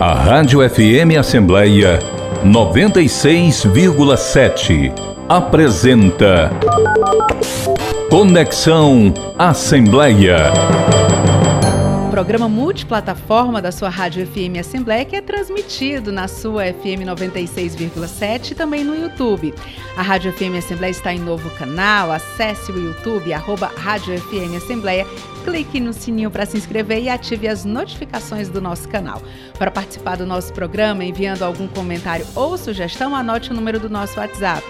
A Rádio FM Assembleia 96,7 apresenta Conexão Assembleia. Programa multiplataforma da sua Rádio FM Assembleia, que é transmitido na sua FM 96,7 e também no YouTube. A Rádio FM Assembleia está em novo canal, acesse o YouTube, @Rádio FM Assembleia, clique no sininho para se inscrever e ative as notificações do nosso canal. Para participar do nosso programa, enviando algum comentário ou sugestão, anote o número do nosso WhatsApp,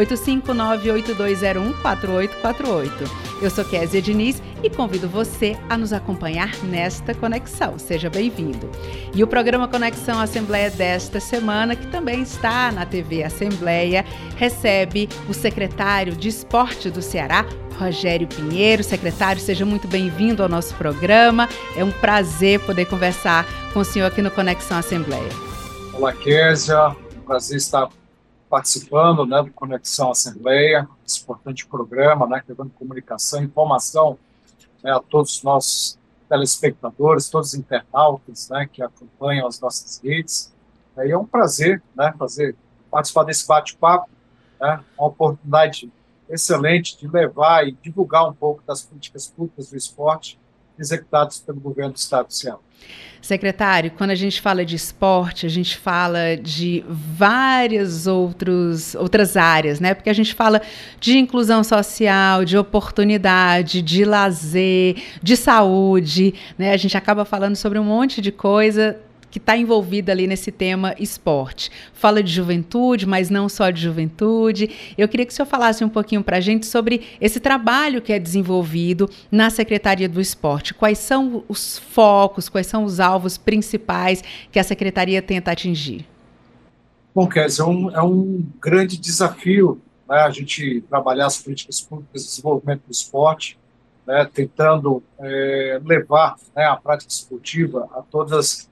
85982014848. Eu sou Kézia Diniz e convido você a nos acompanhar nesta conexão. Seja bem-vindo. E o programa Conexão Assembleia desta semana, que também está na TV Assembleia, recebe o secretário de Esporte do Ceará, Rogério Pinheiro. Secretário, seja muito bem-vindo ao nosso programa. É um prazer poder conversar com o senhor aqui no Conexão Assembleia. Olá, Kézia. Prazer estar participando, do Conexão Assembleia, esse importante programa, levando comunicação e informação, a todos os nossos telespectadores, todos os internautas, que acompanham as nossas redes. E é um prazer, participar desse bate-papo, uma oportunidade excelente de levar e divulgar um pouco das políticas públicas do esporte executadas pelo governo do Estado do Ceará. Secretário, quando a gente fala de esporte, a gente fala de várias outras áreas, porque a gente fala de inclusão social, de oportunidade, de lazer, de saúde, a gente acaba falando sobre um monte de coisa que está envolvida ali nesse tema esporte. Fala de juventude, mas não só de juventude. Eu queria que o senhor falasse um pouquinho para a gente sobre esse trabalho que é desenvolvido na Secretaria do Esporte. Quais são os focos, quais são os alvos principais que a Secretaria tenta atingir? Bom, Kézia, é um grande desafio, a gente trabalhar as políticas públicas de desenvolvimento do esporte, tentando levar a prática esportiva a todas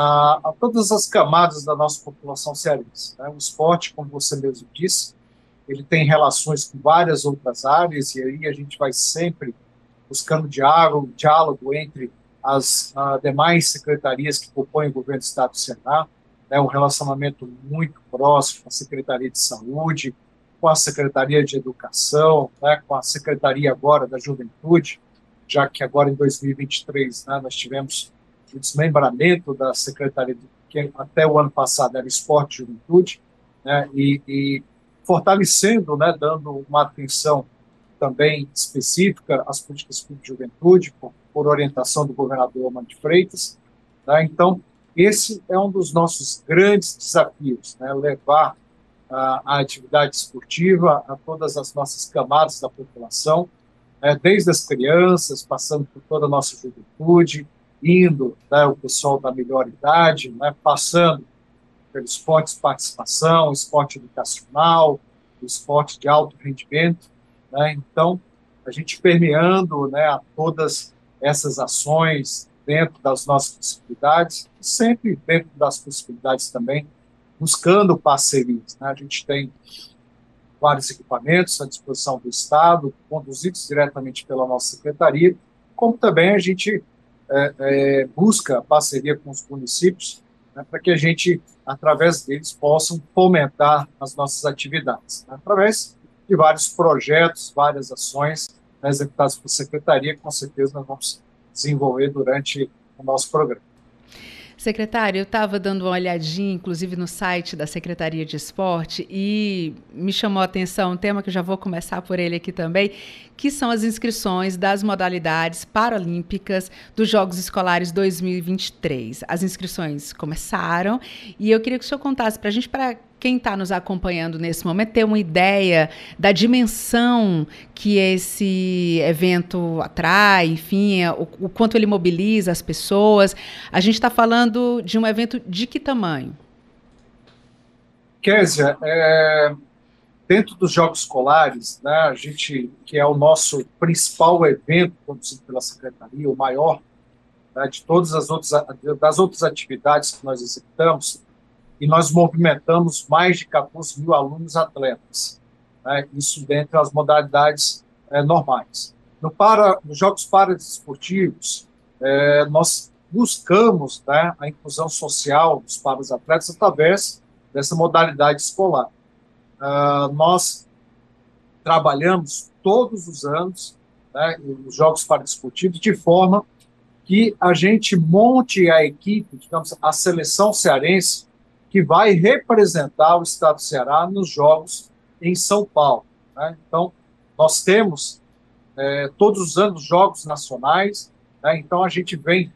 as camadas da nossa população cearense. O esporte, como você mesmo disse, ele tem relações com várias outras áreas, e aí a gente vai sempre buscando diálogo entre as demais secretarias que compõem o governo do Estado do Ceará, um relacionamento muito próximo com a Secretaria de Saúde, com a Secretaria de Educação, com a Secretaria agora da Juventude, já que agora em 2023 nós tivemos o desmembramento da Secretaria, que até o ano passado era Esporte e Juventude, e fortalecendo, dando uma atenção também específica às políticas públicas de juventude, por orientação do governador Romano de Freitas. Então, esse é um dos nossos grandes desafios, levar a atividade esportiva a todas as nossas camadas da população, desde as crianças, passando por toda a nossa juventude, indo o pessoal da melhor idade, passando pelo esporte de participação, esporte educacional, esporte de alto rendimento. Então, a gente permeando a todas essas ações dentro das nossas possibilidades, sempre dentro das possibilidades também, buscando parcerias. A gente tem vários equipamentos à disposição do Estado, conduzidos diretamente pela nossa secretaria, como também a gente busca parceria com os municípios, para que a gente, através deles, possam fomentar as nossas atividades, através de vários projetos, várias ações executadas por secretaria, que com certeza nós vamos desenvolver durante o nosso programa. Secretário, eu estava dando uma olhadinha, inclusive, no site da Secretaria de Esporte, e me chamou a atenção um tema que eu já vou começar por ele aqui também, que são as inscrições das modalidades paralímpicas dos Jogos Escolares 2023. As inscrições começaram e eu queria que o senhor contasse para a gente, para quem está nos acompanhando nesse momento, ter uma ideia da dimensão que esse evento atrai, enfim, o quanto ele mobiliza as pessoas. A gente está falando de um evento de que tamanho? Kézia, dentro dos Jogos Escolares, a gente, que é o nosso principal evento conduzido pela Secretaria, o maior, de todas as outras atividades que nós executamos, e nós movimentamos mais de 14 mil alunos atletas, isso dentre as modalidades normais. Nos Jogos Paradesportivos, nós buscamos, né, a inclusão social dos para-atletas através dessa modalidade escolar. Nós trabalhamos todos os anos, né, os Jogos Paradesportivos de forma que a gente monte a equipe, digamos, a seleção cearense, que vai representar o estado do Ceará nos Jogos em São Paulo, né? Então, nós temos todos os anos jogos nacionais, né? Então a gente vem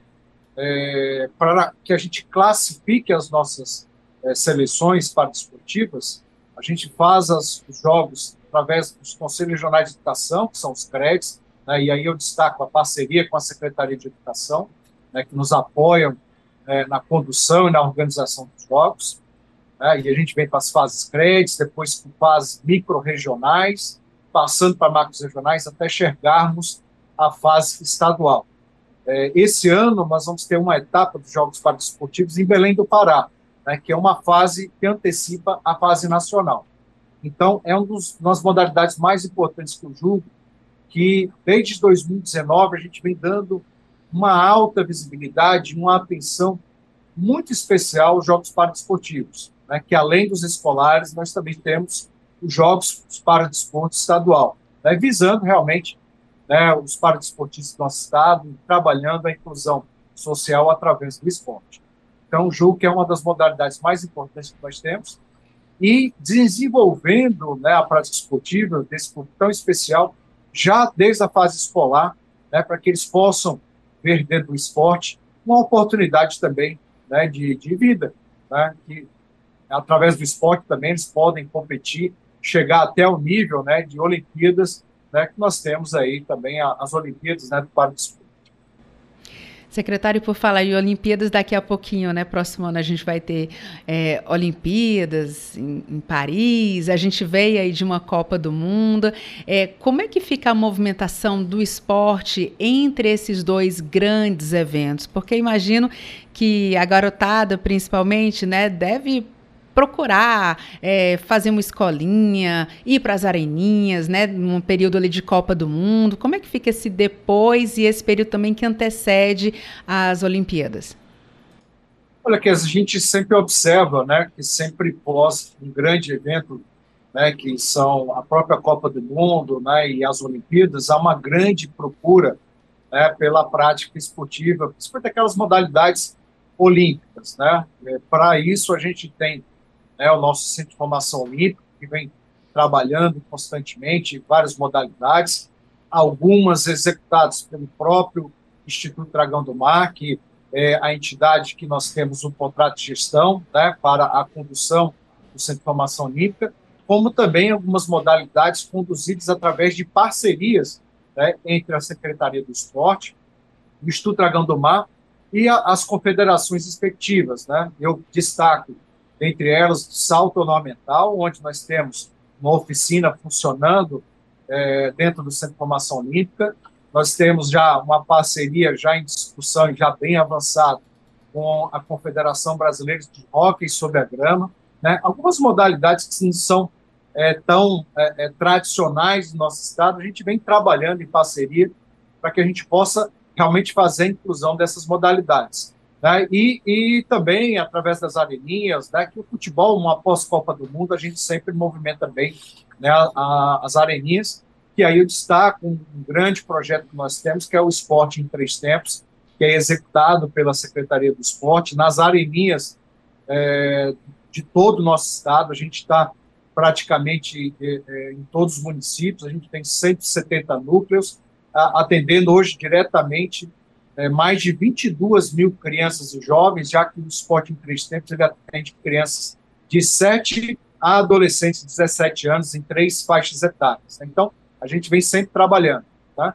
para que a gente classifique as nossas seleções paradesportivas, a gente faz os jogos através dos Conselhos Regionais de Educação, que são os CREDs, né? E aí eu destaco a parceria com a Secretaria de Educação, né, que nos apoiam na condução e na organização dos jogos, né? E a gente vem para as fases CREDs, depois para fases micro-regionais, passando para macro-regionais, até chegarmos à fase estadual. Esse ano nós vamos ter uma etapa dos Jogos Paradesportivos em Belém do Pará, né, que é uma fase que antecipa a fase nacional. Então, é uma das modalidades mais importantes que eu julgo, que desde 2019 a gente vem dando uma alta visibilidade, uma atenção muito especial aos Jogos Paradesportivos, né, que além dos escolares, nós também temos os Jogos Paradesporto Estadual, né, visando realmente, né, os paradesportistas do nosso estado, trabalhando a inclusão social através do esporte. Então, julgo que é uma das modalidades mais importantes que nós temos, e desenvolvendo, né, a prática esportiva desse público tão especial, já desde a fase escolar, né, para que eles possam ver dentro do esporte uma oportunidade também, né, de vida, né, que através do esporte também eles podem competir, chegar até o nível, né, de Olimpíadas, né, que nós temos aí também as Olimpíadas, né, do paradesporto. Secretário, por falar em Olimpíadas, daqui a pouquinho, né, próximo ano a gente vai ter Olimpíadas em Paris, a gente veio aí de uma Copa do Mundo. Como é que fica a movimentação do esporte entre esses dois grandes eventos? Porque imagino que a garotada, principalmente, né, deve procurar fazer uma escolinha, ir para as areninhas, né, num período ali de Copa do Mundo. Como é que fica esse depois e esse período também que antecede as Olimpíadas? Olha, que a gente sempre observa, né, que sempre pós um grande evento, né, que são a própria Copa do Mundo, né, e as Olimpíadas, há uma grande procura, né, pela prática esportiva, principalmente aquelas modalidades olímpicas, né. Para isso a gente tem, né, o nosso Centro de Formação Olímpico, que vem trabalhando constantemente em várias modalidades, algumas executadas pelo próprio Instituto Dragão do Mar, que é a entidade que nós temos um contrato de gestão, né, para a condução do Centro de Formação Olímpica, como também algumas modalidades conduzidas através de parcerias, né, entre a Secretaria do Esporte, o Instituto Dragão do Mar e as confederações respectivas, né. Eu destaco entre elas, salto ornamental, onde nós temos uma oficina funcionando dentro do Centro de Formação Olímpica. Nós temos já uma parceria já em discussão e já bem avançada com a Confederação Brasileira de Hóquei sobre a Grama, né? Algumas modalidades que não são tão tradicionais do nosso estado, a gente vem trabalhando em parceria para que a gente possa realmente fazer a inclusão dessas modalidades. Né? E também, através das areninhas, né, que o futebol, uma pós-Copa do Mundo, a gente sempre movimenta bem, né, as areninhas, que aí eu destaco um grande projeto que nós temos, que é o Esporte em 3 Tempos, que é executado pela Secretaria do Esporte, nas areninhas de todo o nosso estado. A gente está praticamente em todos os municípios, a gente tem 170 núcleos, atendendo hoje diretamente mais de 22 mil crianças e jovens, já que o Esporte em 3 Tempos ele atende crianças de 7 a adolescentes de 17 anos em 3 faixas etárias. Então, a gente vem sempre trabalhando. Tá?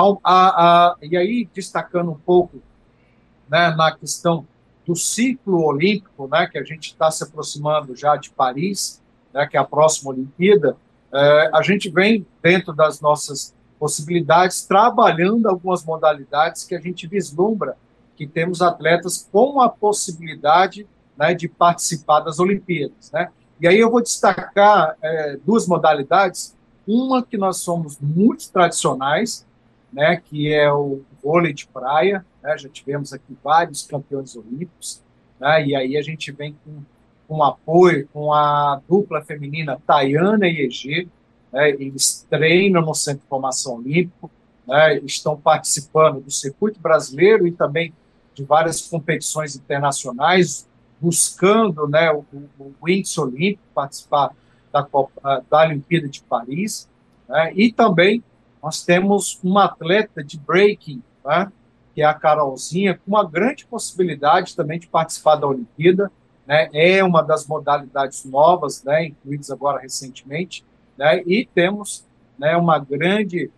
E aí, destacando um pouco, né, na questão do ciclo olímpico, né, que a gente está se aproximando já de Paris, né, que é a próxima Olimpíada, a gente vem, dentro das nossas possibilidades, trabalhando algumas modalidades que a gente vislumbra que temos atletas com a possibilidade, né, de participar das Olimpíadas, né? E aí eu vou destacar 2 modalidades, uma que nós somos muito tradicionais, né, que é o vôlei de praia, né? Já tivemos aqui vários campeões olímpicos, né? E aí a gente vem com apoio, com a dupla feminina Tayana e Egê, né? Eles treinam no Centro de Formação Olímpico, né? Estão participando do circuito brasileiro e também de várias competições internacionais, buscando, né, o índice olímpico, participar da Olimpíada de Paris, né? E também nós temos uma atleta de breaking, né, que é a Carolzinha, com uma grande possibilidade também de participar da Olimpíada, né? É uma das modalidades novas, né, incluídas agora recentemente, né? E temos, né, uma grande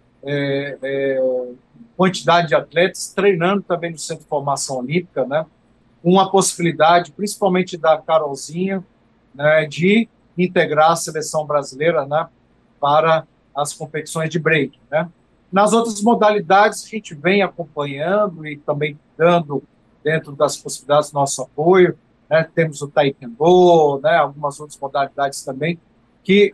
quantidade de atletas treinando também no Centro de Formação Olímpica, né? Uma possibilidade, principalmente da Carolzinha, né, de integrar a seleção brasileira, né, para as competições de break, né? Nas outras modalidades, a gente vem acompanhando e também dando, dentro das possibilidades, nosso apoio, né? Temos o taekwondo, né, algumas outras modalidades também, que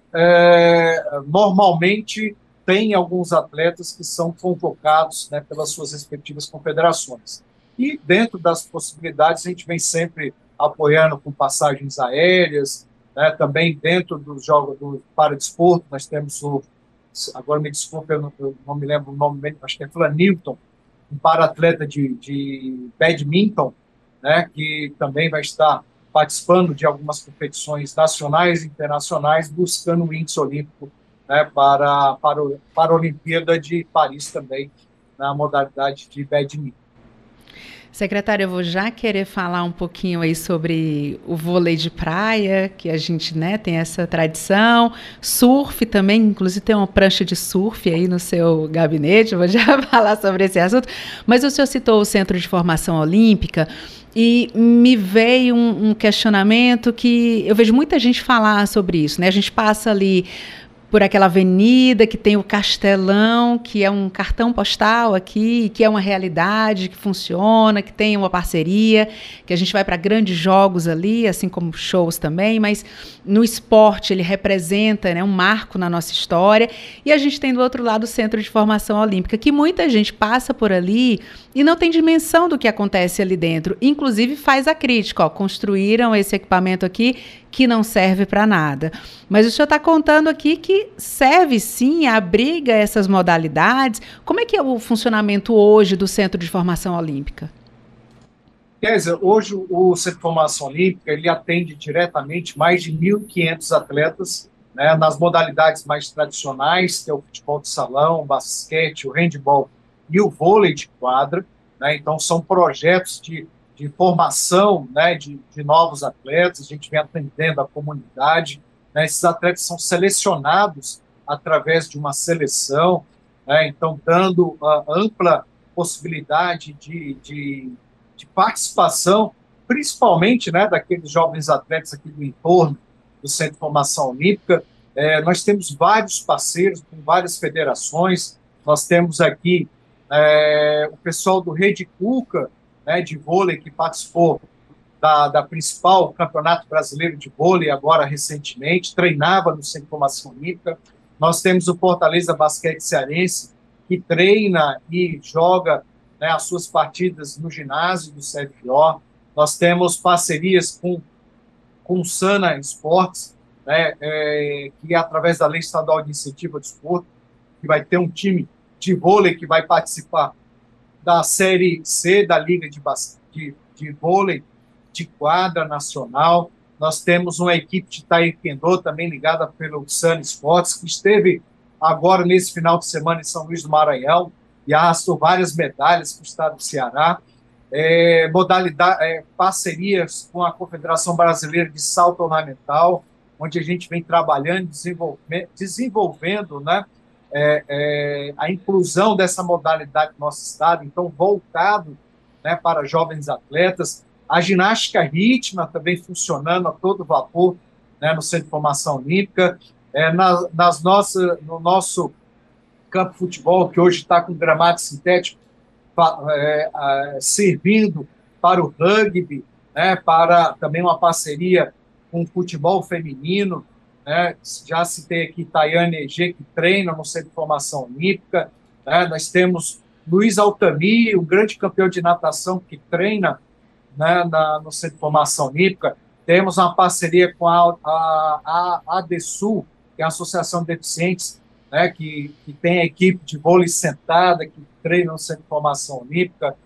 normalmente tem alguns atletas que são convocados, né, pelas suas respectivas confederações. E dentro das possibilidades, a gente vem sempre apoiando com passagens aéreas, né? Também dentro dos jogos do paradesporto, nós temos agora me desculpe, eu não me lembro o nome, acho que é Flanilton, um para-atleta de badminton, né? Que também vai estar participando de algumas competições nacionais e internacionais, buscando o índice olímpico, né, para a Olimpíada de Paris também, na modalidade de badminton. Secretário, eu vou já querer falar um pouquinho aí sobre o vôlei de praia, que a gente, né, tem essa tradição, surf também, inclusive tem uma prancha de surf aí no seu gabinete, eu vou já falar sobre esse assunto, mas o senhor citou o Centro de Formação Olímpica, e me veio um questionamento que eu vejo muita gente falar sobre isso, né? A gente passa ali por aquela avenida que tem o Castelão, que é um cartão postal aqui, que é uma realidade, que funciona, que tem uma parceria, que a gente vai para grandes jogos ali, assim como shows também, mas no esporte ele representa, né, um marco na nossa história. E a gente tem do outro lado o Centro de Formação Olímpica, que muita gente passa por ali e não tem dimensão do que acontece ali dentro. Inclusive faz a crítica, ó, construíram esse equipamento aqui que não serve para nada. Mas o senhor está contando aqui que serve sim, abriga essas modalidades. Como é que é o funcionamento hoje do Centro de Formação Olímpica? Kézia, hoje o Centro de Formação Olímpica ele atende diretamente mais de 1.500 atletas, né, nas modalidades mais tradicionais, que é o futebol de salão, o basquete, o handebol e o vôlei de quadra, né? Então são projetos de formação, né, de novos atletas, a gente vem atendendo a comunidade, né? Esses atletas são selecionados através de uma seleção, né? Então dando ampla possibilidade de participação, principalmente, né, daqueles jovens atletas aqui do entorno do Centro de Formação Olímpica. Nós temos vários parceiros com várias federações, nós temos aqui o pessoal do Rede Cuca, né, de vôlei, que participou da principal campeonato brasileiro de vôlei, agora recentemente, treinava no Centro de Formação Olímpica. Nós temos o Fortaleza Basquete Cearense, que treina e joga, né, as suas partidas no ginásio do CFO. Nós temos parcerias com o Sana Esportes, né, que através da Lei Estadual de Incentivo ao Desporto, que vai ter um time de vôlei que vai participar da Série C da Liga de Vôlei de Quadra Nacional. Nós temos uma equipe de taekwondo também ligada pelo Sana Esportes, que esteve agora nesse final de semana em São Luís do Maranhão e arrastou várias medalhas para o estado do Ceará. Parcerias com a Confederação Brasileira de Salto Ornamental, onde a gente vem trabalhando, desenvolvendo, né, a inclusão dessa modalidade no nosso estado, então voltado, né, para jovens atletas. A ginástica rítmica também funcionando a todo vapor, né, no Centro de Formação Olímpica. No nosso campo de futebol, que hoje está com gramado sintético, servindo para o rugby, né, para também uma parceria com o futebol feminino, né? Já citei aqui Tayane e Egê, que treinam no Centro de Formação Olímpica, né? Nós temos Luiz Altani, o grande campeão de natação que treina, né, no Centro de Formação Olímpica. Temos uma parceria com a ADESU, que é a Associação de Deficientes, né, que tem a equipe de vôlei sentada, que treina no Centro de Formação Olímpica.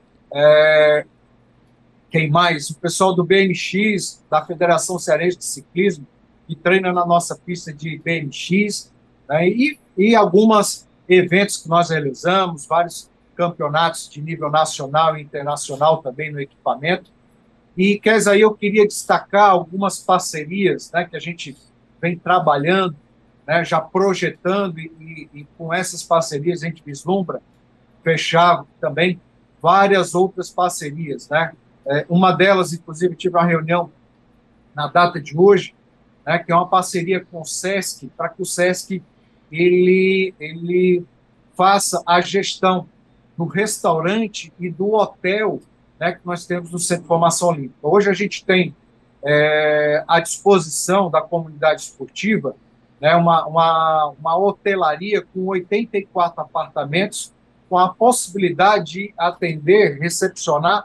Quem mais? O pessoal do BMX, da Federação Cearense de Ciclismo, que treina na nossa pista de BMX, né, e alguns eventos que nós realizamos, vários campeonatos de nível nacional e internacional também no equipamento. E, Kézia, eu queria destacar algumas parcerias, né, que a gente vem trabalhando, né, já projetando, e com essas parcerias a gente vislumbra fechar também várias outras parcerias, né? Uma delas, inclusive, tive uma reunião na data de hoje, né, que é uma parceria com o SESC, para que o SESC ele faça a gestão do restaurante e do hotel, né, que nós temos no Centro de Formação Olímpica. Hoje a gente tem à disposição da comunidade esportiva, né, uma hotelaria com 84 apartamentos, com a possibilidade de atender, recepcionar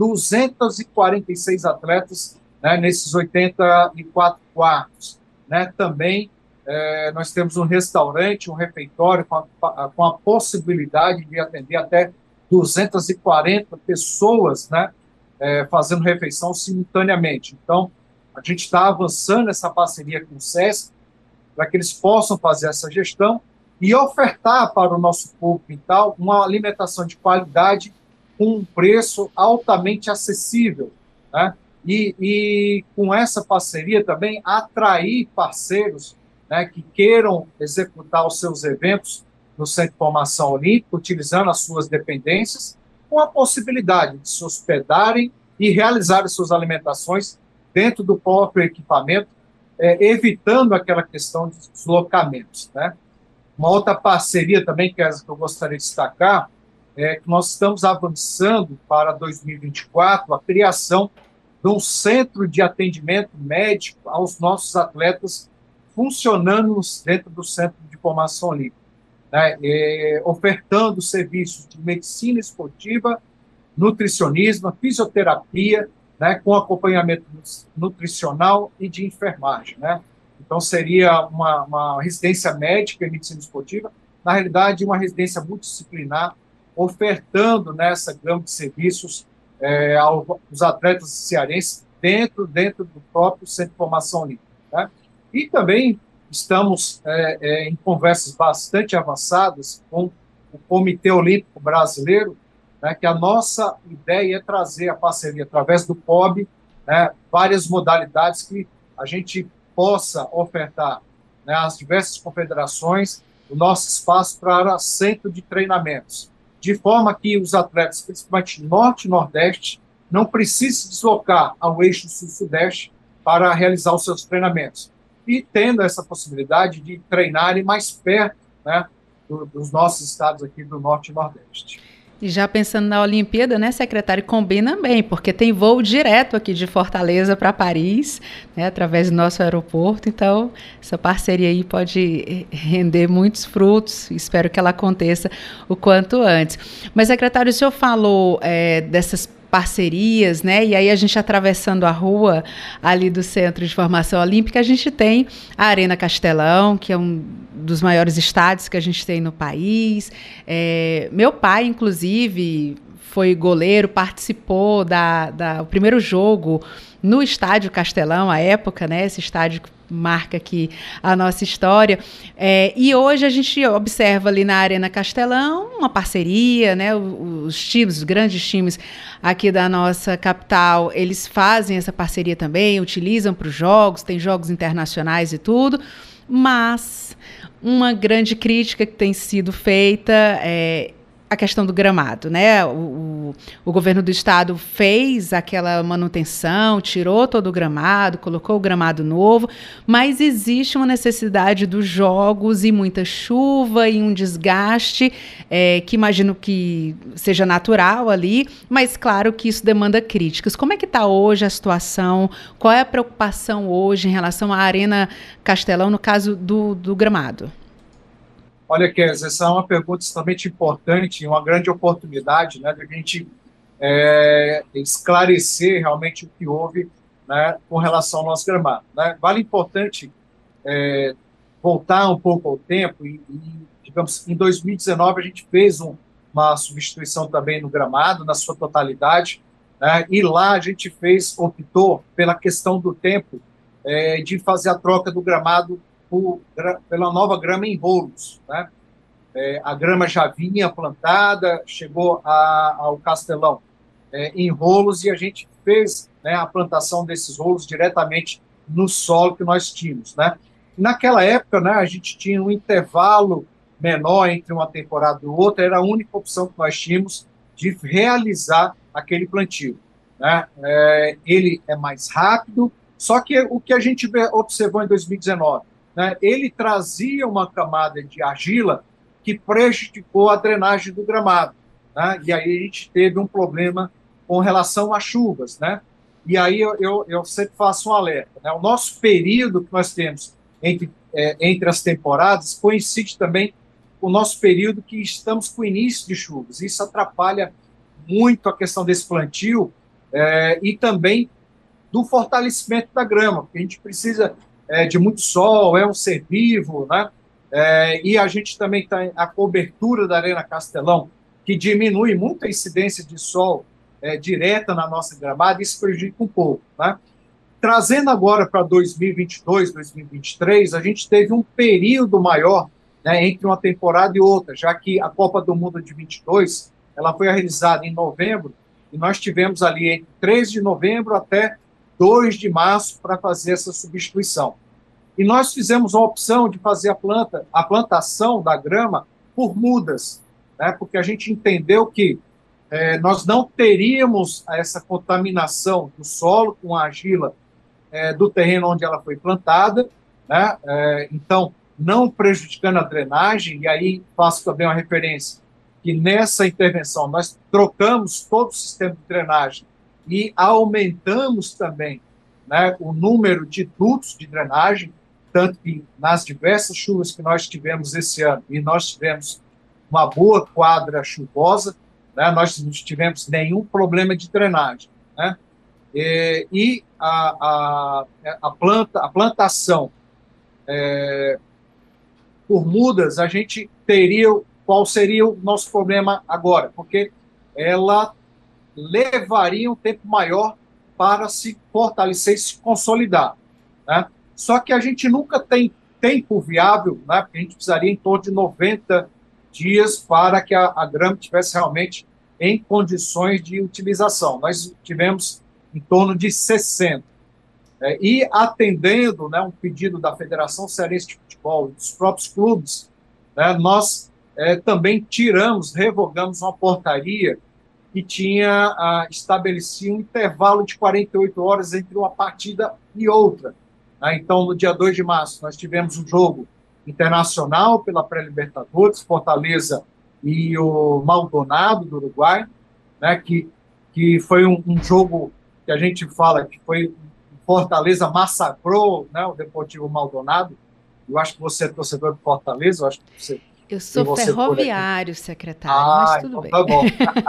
246 atletas, né, nesses 84 quartos. Né? Também nós temos um restaurante, um refeitório com a possibilidade de atender até 240 pessoas, né, fazendo refeição simultaneamente. Então, a gente está avançando essa parceria com o SESC para que eles possam fazer essa gestão e ofertar para o nosso público e tal uma alimentação de qualidade com um preço altamente acessível, né? E com essa parceria também atrair parceiros, né, que queiram executar os seus eventos no Centro de Formação Olímpica, utilizando as suas dependências, com a possibilidade de se hospedarem e realizarem suas alimentações dentro do próprio equipamento, evitando aquela questão de deslocamentos, né? Uma outra parceria também que eu gostaria de destacar é que nós estamos avançando para 2024 a criação de um centro de atendimento médico aos nossos atletas funcionando dentro do Centro de Formação Olímpica, né, ofertando serviços de medicina esportiva, nutricionismo, fisioterapia, né, com acompanhamento nutricional e de enfermagem, né? Então, seria uma residência médica em medicina esportiva, na realidade, uma residência multidisciplinar, ofertando nessa gama de serviços aos atletas cearenses dentro do próprio Centro de Formação Olímpica, né? E também estamos em conversas bastante avançadas com o Comitê Olímpico Brasileiro, né, que a nossa ideia é trazer a parceria através do POB, né, várias modalidades que a gente possa ofertar, né, às diversas confederações o nosso espaço para centro de treinamentos, de forma que os atletas, principalmente Norte e Nordeste, não precisem se deslocar ao eixo Sul-Sudeste para realizar os seus treinamentos. E tendo essa possibilidade de treinarem mais perto, né, dos nossos estados aqui do Norte e Nordeste. E já pensando na Olimpíada, né, secretário, combina bem, porque tem voo direto aqui de Fortaleza para Paris, né, através do nosso aeroporto, então essa parceria aí pode render muitos frutos, espero que ela aconteça o quanto antes. Mas, secretário, o senhor falou dessas parcerias, né? E aí a gente atravessando a rua ali do Centro de Formação Olímpica, a gente tem a Arena Castelão, que é um dos maiores estádios que a gente tem no país. Meu pai, inclusive, foi goleiro, participou do primeiro jogo no Estádio Castelão, à época, né? Esse estádio que marca aqui a nossa história. E hoje a gente observa ali na Arena Castelão uma parceria, né? Os times, os grandes times aqui da nossa capital, eles fazem essa parceria também, utilizam para os jogos, tem jogos internacionais e tudo, mas uma grande crítica que tem sido feita a questão do gramado, né? O governo do estado fez aquela manutenção, tirou todo o gramado, colocou o gramado novo, mas existe uma necessidade dos jogos e muita chuva e um desgaste que imagino que seja natural ali, mas claro que isso demanda críticas. Como é que está hoje a situação? Qual é a preocupação hoje em relação à Arena Castelão, no caso do gramado? Olha, Kézia, essa é uma pergunta extremamente importante e uma grande oportunidade, né, de a gente esclarecer realmente o que houve, né, com relação ao nosso gramado. Né? Vale importante voltar um pouco ao tempo digamos, em 2019 a gente fez uma substituição também no gramado, na sua totalidade, né? E lá a gente optou pela questão do tempo de fazer a troca do gramado pela nova grama em rolos, né? A grama já vinha plantada, chegou ao Castelão em rolos e a gente fez, né, a plantação desses rolos diretamente no solo que nós tínhamos, né? Naquela época, né, a gente tinha um intervalo menor entre uma temporada e outra, era a única opção que nós tínhamos de realizar aquele plantio, né? Ele é mais rápido, só que o que a gente observou em 2019, né, ele trazia uma camada de argila que prejudicou a drenagem do gramado, né? E aí a gente teve um problema com relação às chuvas, né? E aí eu sempre faço um alerta, né? O nosso período que nós temos entre as temporadas coincide também com o nosso período que estamos com o início de chuvas. Isso atrapalha muito a questão desse plantio e também do fortalecimento da grama, porque a gente precisa de muito sol, é um ser vivo, né? E a gente também tem a cobertura da Arena Castelão, que diminui muito a incidência de sol direta na nossa gramada, isso prejudica um pouco, né? Trazendo agora para 2022, 2023, a gente teve um período maior, né, entre uma temporada e outra, já que a Copa do Mundo de 22 ela foi realizada em novembro, e nós tivemos ali entre 3 de novembro até 2 de março para fazer essa substituição. E nós fizemos a opção de fazer a plantação da grama por mudas, né, porque a gente entendeu que nós não teríamos essa contaminação do solo com a argila do terreno onde ela foi plantada, né? Então, não prejudicando a drenagem, e aí faço também uma referência, que nessa intervenção nós trocamos todo o sistema de drenagem e aumentamos também, né, o número de dutos de drenagem, tanto que nas diversas chuvas que nós tivemos esse ano, e nós tivemos uma boa quadra chuvosa, né, nós não tivemos nenhum problema de drenagem, né? E a plantação por mudas, a gente teria qual seria o nosso problema agora, porque ela levaria um tempo maior para se fortalecer e se consolidar, né? Só que a gente nunca tem tempo viável, né? Porque a gente precisaria em torno de 90 dias para que a grama estivesse realmente em condições de utilização. Nós tivemos em torno de 60. E atendendo, né, um pedido da Federação Cearense de Futebol e dos próprios clubes, né, nós também revogamos uma portaria que estabelecia um intervalo de 48 horas entre uma partida e outra. Né? Então, no dia 2 de março, nós tivemos um jogo internacional pela pré-Libertadores, Fortaleza e o Maldonado, do Uruguai, né, que foi um jogo que a gente fala que foi Fortaleza massacrou, né, o Deportivo Maldonado. Eu acho que você é torcedor do Fortaleza, eu acho que você... Eu sou ferroviário, secretário, mas tudo bem. Tá bom.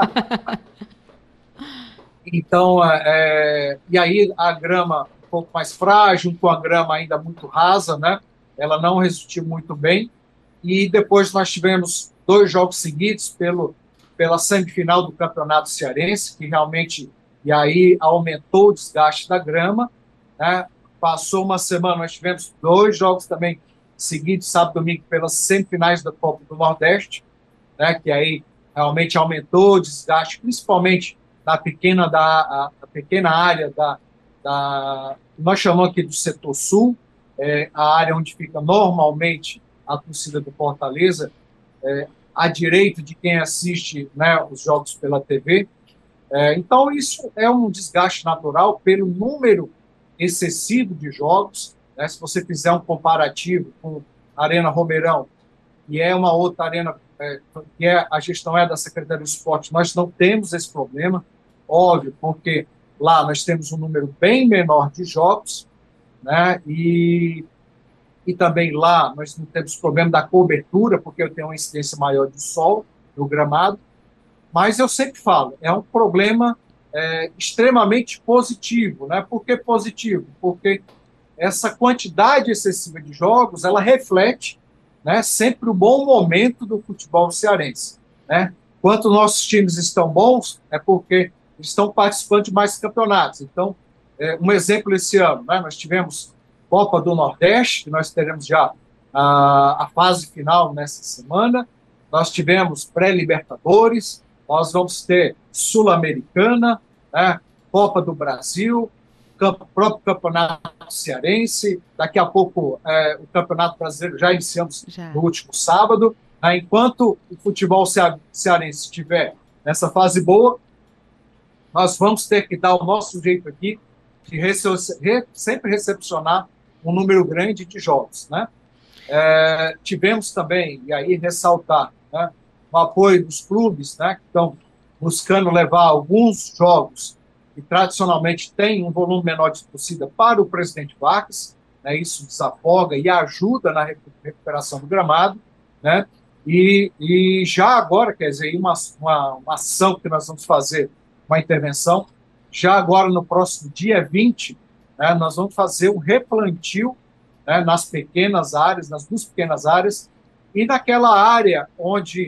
Então, e aí a grama um pouco mais frágil, com a grama ainda muito rasa, né? Ela não resistiu muito bem. E depois nós tivemos 2 jogos seguidos pela semifinal do Campeonato Cearense, que realmente, e aí aumentou o desgaste da grama, né? Passou uma semana, nós tivemos 2 jogos também seguidos, sábado e domingo, pelas semifinais da Copa do Nordeste, né? Que aí realmente aumentou o desgaste, principalmente na pequena área nós chamamos aqui do setor sul, a área onde fica normalmente a torcida do Fortaleza, à direita de quem assiste, né, os jogos pela TV. Então, isso é um desgaste natural pelo número excessivo de jogos, né? Se você fizer um comparativo com a Arena Romeirão, que é uma outra arena, que a gestão da Secretaria do Esporte, nós não temos esse problema, óbvio, porque lá nós temos um número bem menor de jogos, né? E e também lá nós não temos problema da cobertura, porque eu tenho uma incidência maior de sol no gramado, mas eu sempre falo, é um problema extremamente positivo, né? Por que positivo? Porque essa quantidade excessiva de jogos, ela reflete, né, sempre o bom momento do futebol cearense, né? Quanto nossos times estão bons, é porque estão participando de mais campeonatos. Então, um exemplo esse ano, né, nós tivemos Copa do Nordeste, que nós teremos já a fase final nessa semana, nós tivemos pré-Libertadores, nós vamos ter Sul-Americana, né, Copa do Brasil, próprio Campeonato Cearense, daqui a pouco o Campeonato Brasileiro já iniciamos no último sábado. Enquanto o futebol cearense estiver nessa fase boa, nós vamos ter que dar o nosso jeito aqui de sempre recepcionar um número grande de jogos, né? Tivemos também, e aí ressaltar, né, o apoio dos clubes, né, que estão buscando levar alguns jogos que tradicionalmente têm um volume menor de torcida para o Presidente Vargas, né, isso desafoga e ajuda na recuperação do gramado, né? E já agora, quer dizer, uma ação que nós vamos fazer, uma intervenção, já agora no próximo dia 20, né, nós vamos fazer um replantio, né, nas pequenas áreas, nas duas pequenas áreas, e naquela área onde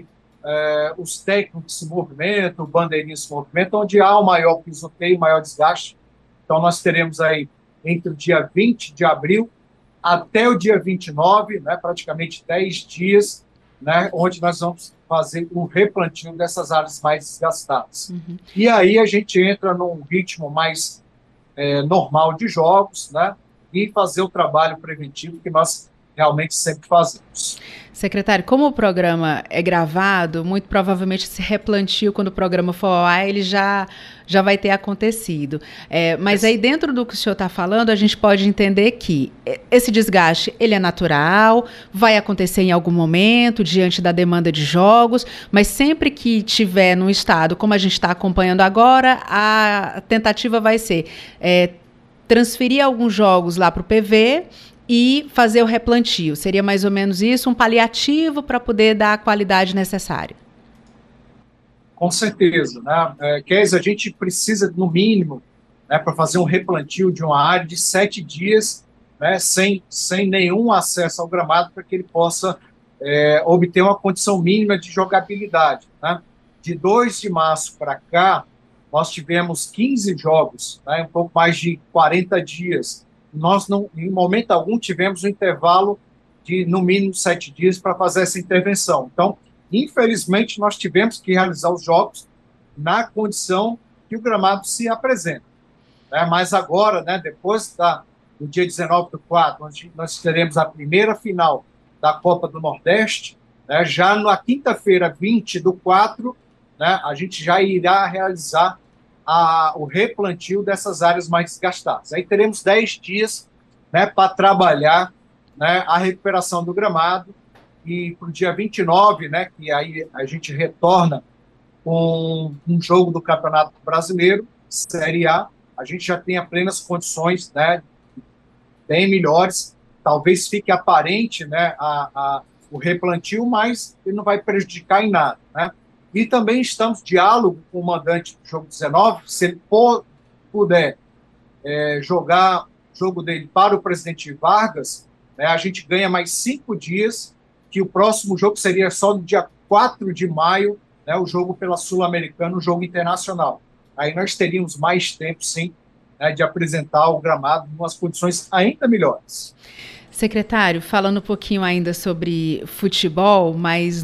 os técnicos se movimentam, o bandeirinho se movimenta, onde há o maior pisoteio, o maior desgaste. Então nós teremos aí entre o dia 20 de abril até o dia 29, né, praticamente 10 dias, né, onde nós vamos fazer um replantio dessas áreas mais desgastadas. Uhum. E aí a gente entra num ritmo mais normal de jogos, né, e fazer o trabalho preventivo que nós realmente sempre fazemos. Secretário, como o programa é gravado, muito provavelmente esse replantio, quando o programa for ao ar, ele já vai ter acontecido. Mas aí dentro do que o senhor está falando, a gente pode entender que esse desgaste, ele é natural, vai acontecer em algum momento, diante da demanda de jogos, mas sempre que tiver num estado, como a gente está acompanhando agora, a tentativa vai ser transferir alguns jogos lá para o PV e fazer o replantio. Seria mais ou menos isso, um paliativo para poder dar a qualidade necessária? Com certeza, né? Kézia, a gente precisa, no mínimo, né, para fazer um replantio de uma área de 7 dias, né, sem nenhum acesso ao gramado, para que ele possa obter uma condição mínima de jogabilidade, né? De 2 de março para cá, nós tivemos 15 jogos, né, um pouco mais de 40 dias. Nós, não, em momento algum, tivemos um intervalo de, no mínimo, 7 dias para fazer essa intervenção. Então, infelizmente, nós tivemos que realizar os jogos na condição que o gramado se apresenta. Né? Mas agora, né, depois do dia 19/4, onde nós teremos a primeira final da Copa do Nordeste, né, já na quinta-feira, 20/4, né, a gente já irá realizar o replantio dessas áreas mais desgastadas. Aí teremos 10 dias, né, para trabalhar, né, a recuperação do gramado, e para o dia 29, né, que aí a gente retorna com um jogo do Campeonato Brasileiro, Série A, a gente já tenha plenas condições, né, bem melhores, talvez fique aparente, né, o replantio, mas ele não vai prejudicar em nada, né? E também estamos em diálogo com o mandante do jogo 19, se ele puder jogar o jogo dele para o Presidente Vargas, né, a gente ganha mais 5 dias, que o próximo jogo seria só no dia 4 de maio, né, o jogo pela Sul-Americana, o jogo internacional. Aí nós teríamos mais tempo, sim, né, de apresentar o gramado em umas condições ainda melhores. Secretário, falando um pouquinho ainda sobre futebol, mas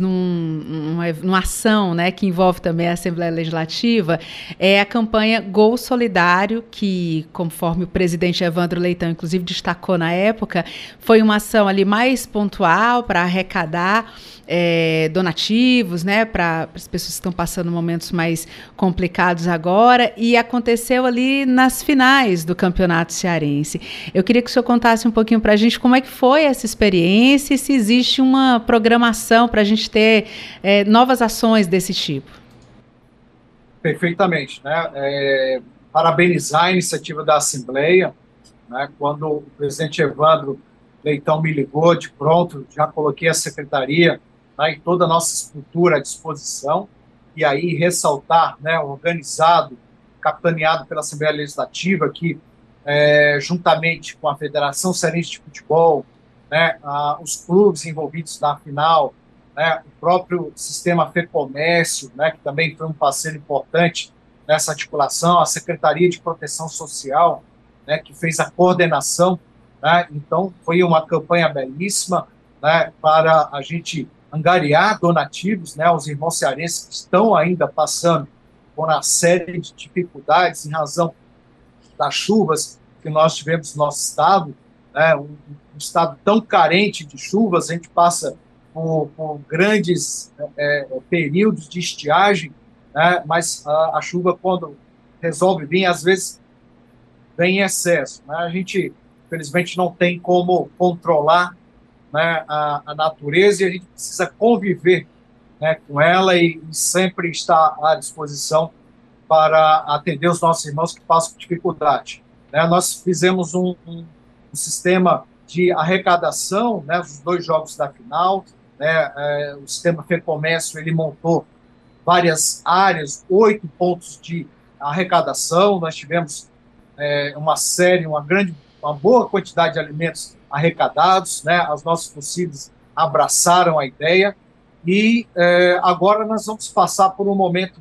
numa ação, né, que envolve também a Assembleia Legislativa, é a campanha Gol Solidário, que, conforme o presidente Evandro Leitão, inclusive, destacou na época, foi uma ação ali mais pontual para arrecadar donativos, né, para as pessoas que estão passando momentos mais complicados agora, e aconteceu ali nas finais do Campeonato Cearense. Eu queria que o senhor contasse um pouquinho para a gente como é que foi essa experiência e se existe uma programação para a gente ter novas ações desse tipo. Perfeitamente, né? Parabenizar a iniciativa da Assembleia, né, quando o presidente Evandro Leitão me ligou de pronto, já coloquei a secretaria, né, e toda a nossa estrutura à disposição, e aí ressaltar, né, organizado, capitaneado pela Assembleia Legislativa, que juntamente com a Federação Cearense de Futebol, né, os clubes envolvidos na final, né, o próprio sistema FEComércio, né, que também foi um parceiro importante nessa articulação, a Secretaria de Proteção Social, né, que fez a coordenação, né, então foi uma campanha belíssima, né, para a gente angariar donativos, né, os irmãos cearenses que estão ainda passando por uma série de dificuldades em razão das chuvas que nós tivemos no nosso estado, né, um estado tão carente de chuvas, a gente passa por grandes períodos de estiagem, né, mas a chuva, quando resolve vir, às vezes vem em excesso, né, a gente, infelizmente, não tem como controlar, né, a natureza, e a gente precisa conviver, né, com ela e sempre estar à disposição para atender os nossos irmãos que passam por dificuldade. Né, nós fizemos um sistema de arrecadação, né, dos 2 jogos da final, né, o sistema FEComércio, ele montou várias áreas, 8 pontos de arrecadação, nós tivemos uma boa quantidade de alimentos arrecadados, né, os nossos torcidas abraçaram a ideia, e agora nós vamos passar por um momento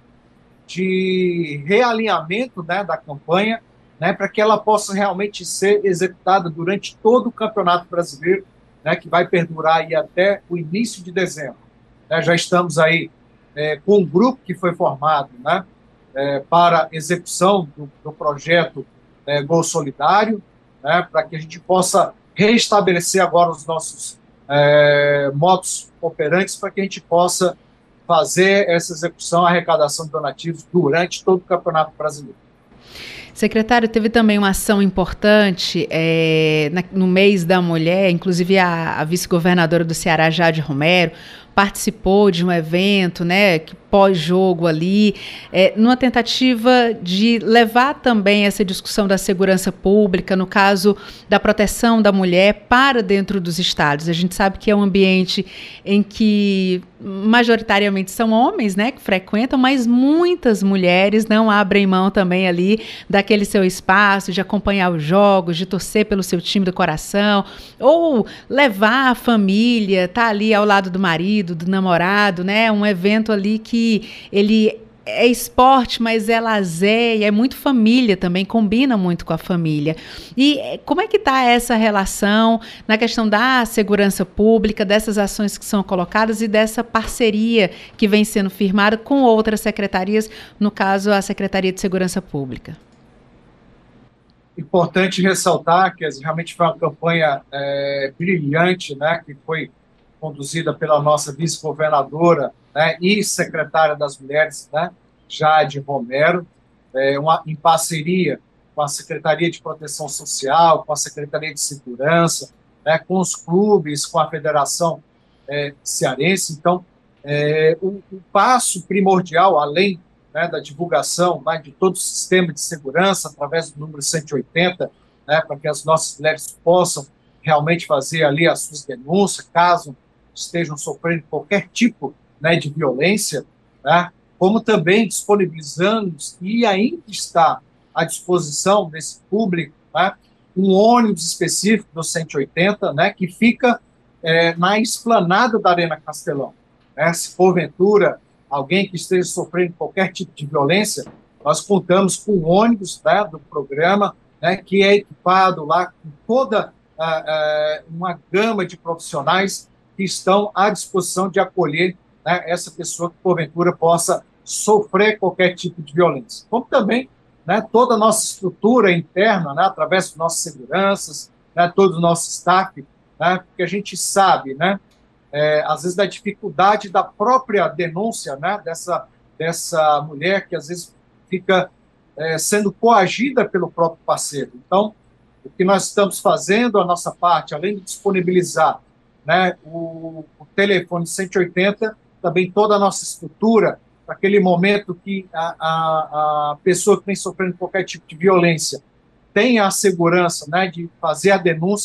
de realinhamento, né, da campanha, né, para que ela possa realmente ser executada durante todo o Campeonato Brasileiro, né, que vai perdurar aí até o início de dezembro. Já estamos aí com um grupo que foi formado, né, para execução do projeto Gol Solidário, né, para que a gente possa restabelecer agora os nossos modus operantes, para que a gente possa fazer essa execução, arrecadação de donativos durante todo o Campeonato Brasileiro. Secretário, teve também uma ação importante no mês da mulher, inclusive a vice-governadora do Ceará, Jade Romero, participou de um evento, né, pós-jogo ali, numa tentativa de levar também essa discussão da segurança pública, no caso da proteção da mulher, para dentro dos estádios. A gente sabe que é um ambiente em que majoritariamente são homens, né, que frequentam, mas muitas mulheres não abrem mão também ali daquele seu espaço, de acompanhar os jogos, de torcer pelo seu time do coração, ou levar a família, tá ali ao lado do marido, do namorado, né? Um evento ali que ele é esporte, mas é lazer, e é muito família também, combina muito com a família. E como é que está essa relação na questão da segurança pública, dessas ações que são colocadas e dessa parceria que vem sendo firmada com outras secretarias, no caso a Secretaria de Segurança Pública? Importante ressaltar que realmente foi uma campanha brilhante, né, que foi conduzida pela nossa vice-governadora, né, e secretária das Mulheres, né, Jade Romero, em parceria com a Secretaria de Proteção Social, com a Secretaria de Segurança, né, com os clubes, com a Federação Cearense. Então, o passo primordial, além, né, da divulgação, né, de todo o sistema de segurança, através do número 180, né, para que as nossas mulheres possam realmente fazer ali as suas denúncias, caso estejam sofrendo qualquer tipo, né, de violência, né, como também disponibilizando, e ainda está à disposição desse público, né, um ônibus específico do 180, né, que fica na esplanada da Arena Castelão. Né, se porventura alguém que esteja sofrendo qualquer tipo de violência, nós contamos com um ônibus, né, do programa, né, que é equipado lá com toda uma gama de profissionais que estão à disposição de acolher, né, essa pessoa que, porventura, possa sofrer qualquer tipo de violência. Como também, né, toda a nossa estrutura interna, né, através das nossas seguranças, né, todo o nosso staff, né, porque a gente sabe, né, às vezes, da dificuldade da própria denúncia, né, dessa mulher que, às vezes, fica sendo coagida pelo próprio parceiro. Então, o que nós estamos fazendo, a nossa parte, além de disponibilizar, né, o telefone 180, também toda a nossa estrutura, para aquele momento que a pessoa que vem sofrendo qualquer tipo de violência tenha a segurança, né, de fazer a denúncia,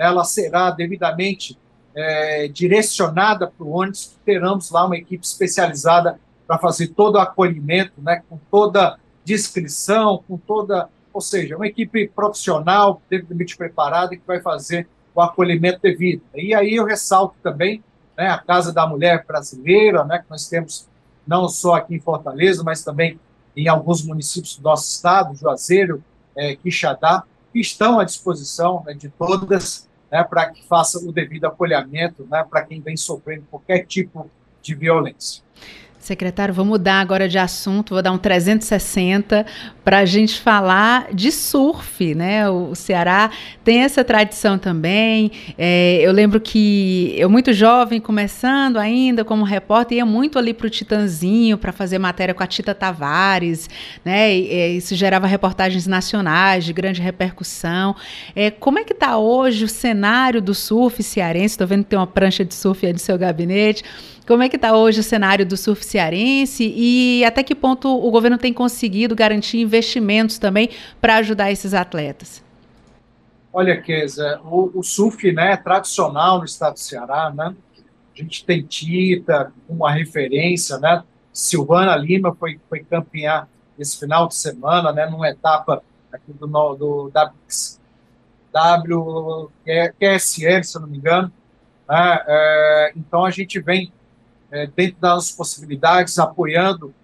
ela será devidamente direcionada para o ônibus, teremos lá uma equipe especializada para fazer todo o acolhimento, né, com toda descrição, ou seja, uma equipe profissional, devidamente preparada, que vai fazer o acolhimento devido. E aí eu ressalto também, né, a Casa da Mulher Brasileira, né, que nós temos não só aqui em Fortaleza, mas também em alguns municípios do nosso estado, Juazeiro, Quixadá, que estão à disposição, né, de todas, né, para que faça o devido acolhimento, né, para quem vem sofrendo qualquer tipo de violência. Secretário, vou mudar agora de assunto, vou dar um 360 para a gente falar de surf, né? O Ceará tem essa tradição também. Eu lembro que eu, muito jovem, começando ainda como repórter, ia muito ali para o Titanzinho para fazer matéria com a Tita Tavares, né? Isso gerava reportagens nacionais de grande repercussão. Como é que está hoje o cenário do surf cearense? Estou vendo que tem uma prancha de surf aí no seu gabinete. Como é que está hoje o cenário do surf cearense e até que ponto o governo tem conseguido garantir investimentos também para ajudar esses atletas? Olha, Kézia, o surf, né, é tradicional no estado do Ceará, né? A gente tem Tita, uma referência, né? Silvana Lima foi campeã esse final de semana, né, numa etapa aqui do WQSL, se eu não me engano. Né? Então a gente vem dentro das possibilidades, apoiando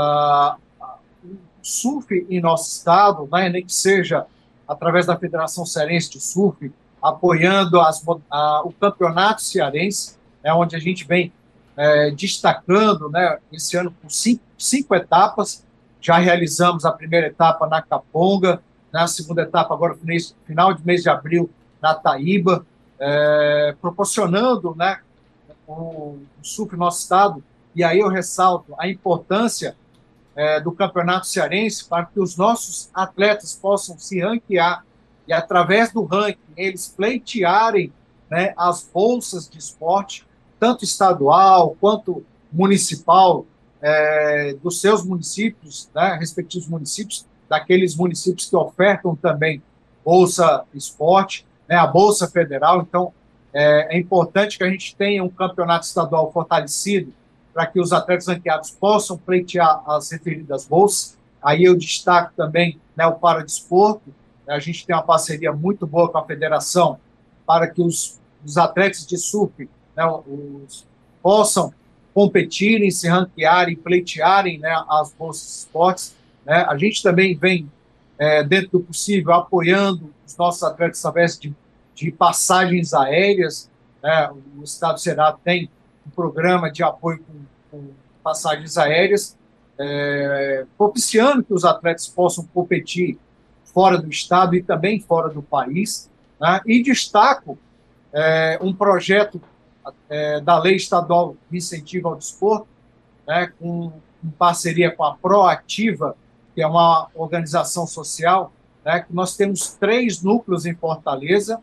o surf em nosso estado, né, nem que seja através da Federação Cearense de Surf, apoiando o campeonato cearense, né, onde a gente vem destacando, né, esse ano por cinco etapas. Já realizamos a primeira etapa na Caponga, né, a segunda etapa agora no final de mês de abril na Taíba, proporcionando, né, o surf no nosso estado. E aí eu ressalto a importância do campeonato cearense para que os nossos atletas possam se ranquear e, através do ranking, eles pleitearem, né, as bolsas de esporte, tanto estadual quanto municipal, dos seus municípios, né, respectivos municípios, daqueles municípios que ofertam também bolsa esporte, né, a bolsa federal. Então, é importante que a gente tenha um campeonato estadual fortalecido para que os atletas ranqueados possam pleitear as referidas bolsas. Aí eu destaco também, né, o paradesporto. A gente tem uma parceria muito boa com a federação para que os atletas de surf, né, possam competirem, se ranquearem, pleitearem, né, as bolsas de esportes. Né? A gente também vem, dentro do possível, apoiando os nossos atletas através de passagens aéreas. Né? O Estado do Ceará tem um programa de apoio com passagens aéreas, propiciando que os atletas possam competir fora do Estado e também fora do país. Né? E destaco um projeto da Lei Estadual de Incentivo ao Desporto, né, em parceria com a Proativa, que é uma organização social, né, que nós temos 3 núcleos em Fortaleza,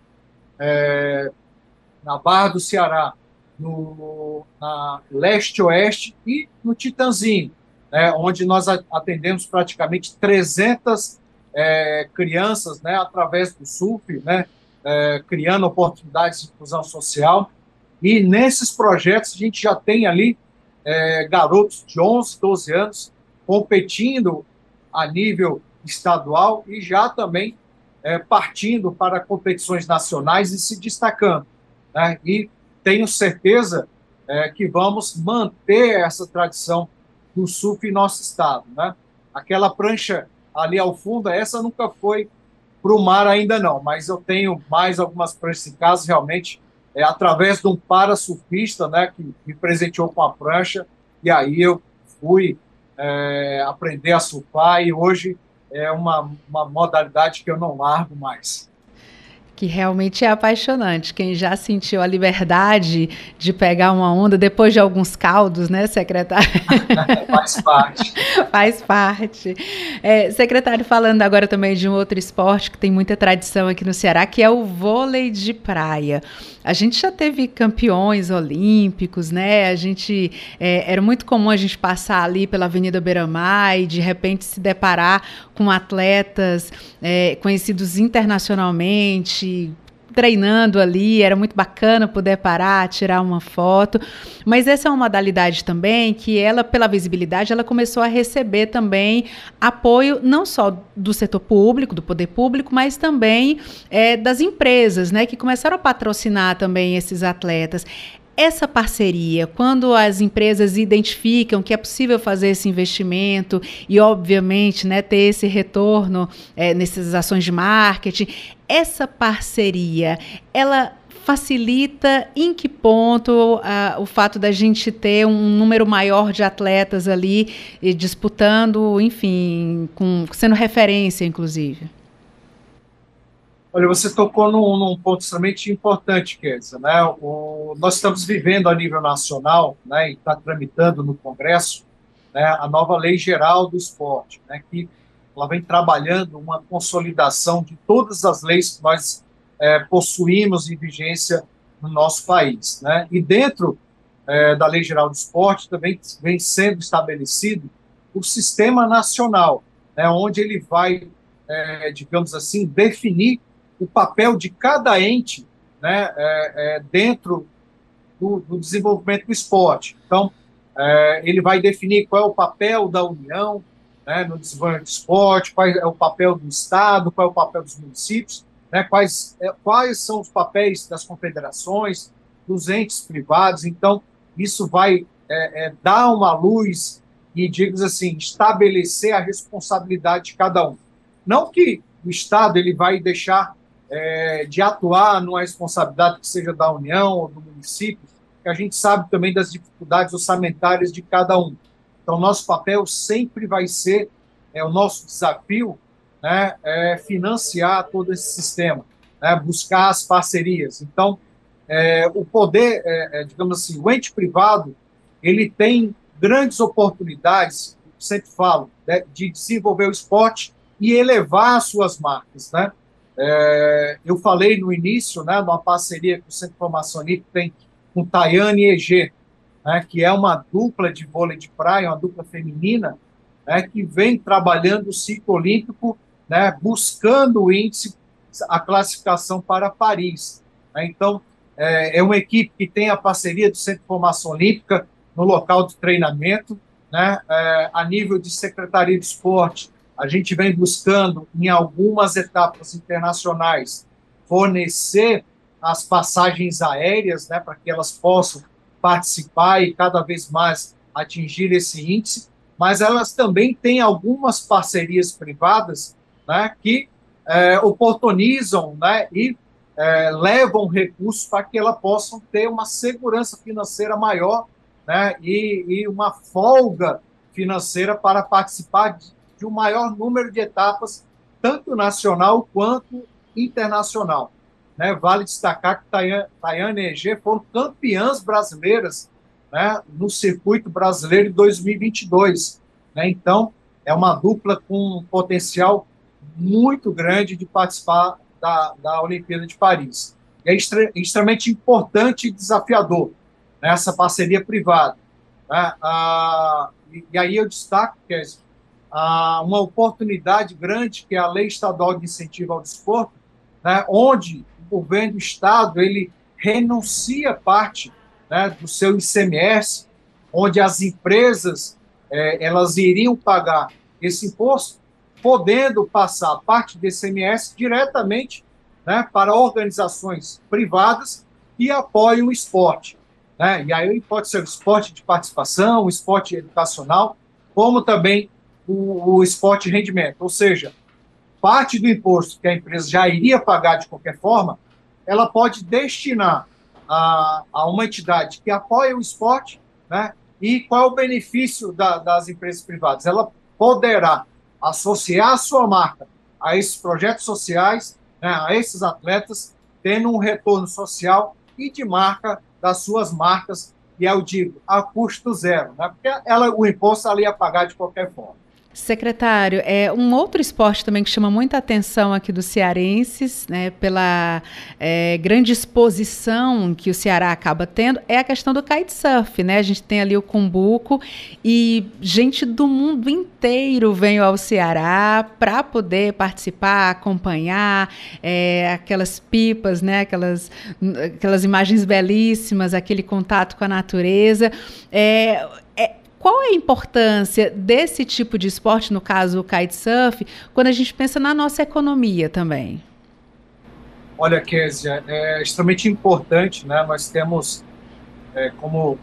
na Barra do Ceará, na Leste-Oeste e no Titanzinho, né, onde nós atendemos praticamente 300 crianças, né, através do surf, né, criando oportunidades de inclusão social. E nesses projetos a gente já tem ali garotos de 11, 12 anos competindo a nível estadual e já também partindo para competições nacionais e se destacando. Né? E tenho certeza que vamos manter essa tradição do surf em nosso estado. Né? Aquela prancha ali ao fundo, essa nunca foi para o mar ainda não, mas eu tenho mais algumas pranchas em casa, realmente, através de um parasurfista, né, que me presenteou com a prancha, e aí eu fui aprender a surfar, e hoje é uma modalidade que eu não largo mais. Que realmente é apaixonante. Quem já sentiu a liberdade de pegar uma onda depois de alguns caldos, né, secretário? Faz parte. Faz parte. Secretário, falando agora também de um outro esporte que tem muita tradição aqui no Ceará, que é o vôlei de praia. A gente já teve campeões olímpicos, né? Era muito comum a gente passar ali pela Avenida Beira-Mar e de repente se deparar com atletas conhecidos internacionalmente, treinando ali, era muito bacana poder parar, tirar uma foto, mas essa é uma modalidade também que ela, pela visibilidade, ela começou a receber também apoio não só do setor público, do poder público, mas também das empresas, né, que começaram a patrocinar também esses atletas. Essa parceria, quando as empresas identificam que é possível fazer esse investimento e, obviamente, né, ter esse retorno nessas ações de marketing, essa parceria, ela facilita em que ponto o fato da gente ter um número maior de atletas ali disputando, enfim, sendo referência, inclusive? Olha, você tocou num ponto extremamente importante, Kézia, né? Nós estamos vivendo a nível nacional, né, e está tramitando no Congresso, né, a nova Lei Geral do Esporte, né, que ela vem trabalhando uma consolidação de todas as leis que nós possuímos em vigência no nosso país, né? E dentro da Lei Geral do Esporte também vem sendo estabelecido o Sistema Nacional, né, onde ele vai, digamos assim, definir o papel de cada ente, né, dentro do desenvolvimento do esporte. Então, ele vai definir qual é o papel da União, né, no desenvolvimento do esporte, qual é o papel do Estado, qual é o papel dos municípios, né, quais são os papéis das confederações, dos entes privados. Então, isso vai dar uma luz e, digamos assim, estabelecer a responsabilidade de cada um. Não que o Estado ele vai deixar de atuar numa responsabilidade que seja da União ou do município, que a gente sabe também das dificuldades orçamentárias de cada um. Então, nosso papel sempre vai ser, o nosso desafio, né, financiar todo esse sistema, né, buscar as parcerias. Então, o poder, digamos assim, o ente privado, ele tem grandes oportunidades, sempre falo, né, de desenvolver o esporte e elevar as suas marcas, né? Eu falei no início, né, numa parceria que o Centro de Formação Olímpica tem com Tayane e EG, né, que é uma dupla de vôlei de praia, uma dupla feminina, né, que vem trabalhando o ciclo olímpico, né, buscando o índice, a classificação para Paris. Né? Então, é uma equipe que tem a parceria do Centro de Formação Olímpica no local de treinamento, né, a nível de Secretaria de Esporte. A gente vem buscando, em algumas etapas internacionais, fornecer as passagens aéreas, né, para que elas possam participar e cada vez mais atingir esse índice, mas elas também têm algumas parcerias privadas, né, que oportunizam, né, e levam recursos para que elas possam ter uma segurança financeira maior, né, e uma folga financeira para participar de um maior número de etapas, tanto nacional quanto internacional. Né? Vale destacar que Tayane e EG foram campeãs brasileiras, né, no circuito brasileiro de 2022. Né? Então, é uma dupla com um potencial muito grande de participar da Olimpíada de Paris. É extremamente importante e desafiador, né, essa parceria privada. Né? E aí eu destaco que uma oportunidade grande, que é a Lei Estadual de Incentivo ao Desporto, né, onde o governo do Estado ele renuncia parte, né, do seu ICMS, onde as empresas elas iriam pagar esse imposto, podendo passar parte desse ICMS diretamente, né, para organizações privadas que apoiam o esporte. Né? E aí pode ser o esporte de participação, o esporte educacional, como também o esporte de rendimento. Ou seja, parte do imposto que a empresa já iria pagar de qualquer forma, ela pode destinar a uma entidade que apoia o esporte, né? E qual é o benefício das empresas privadas? Ela poderá associar a sua marca a esses projetos sociais, né, a esses atletas, tendo um retorno social e de marca das suas marcas, e eu digo, a custo zero, né? Porque o imposto ela ia pagar de qualquer forma. Secretário, um outro esporte também que chama muita atenção aqui dos cearenses, né, pela grande exposição que o Ceará acaba tendo, é a questão do kitesurf, né? A gente tem ali o Cumbuco e gente do mundo inteiro vem ao Ceará para poder participar, acompanhar aquelas pipas, né, aquelas imagens belíssimas, aquele contato com a natureza. Qual é a importância desse tipo de esporte, no caso o kitesurf, quando a gente pensa na nossa economia também? Olha, Kézia, é extremamente importante, né? Nós temos, como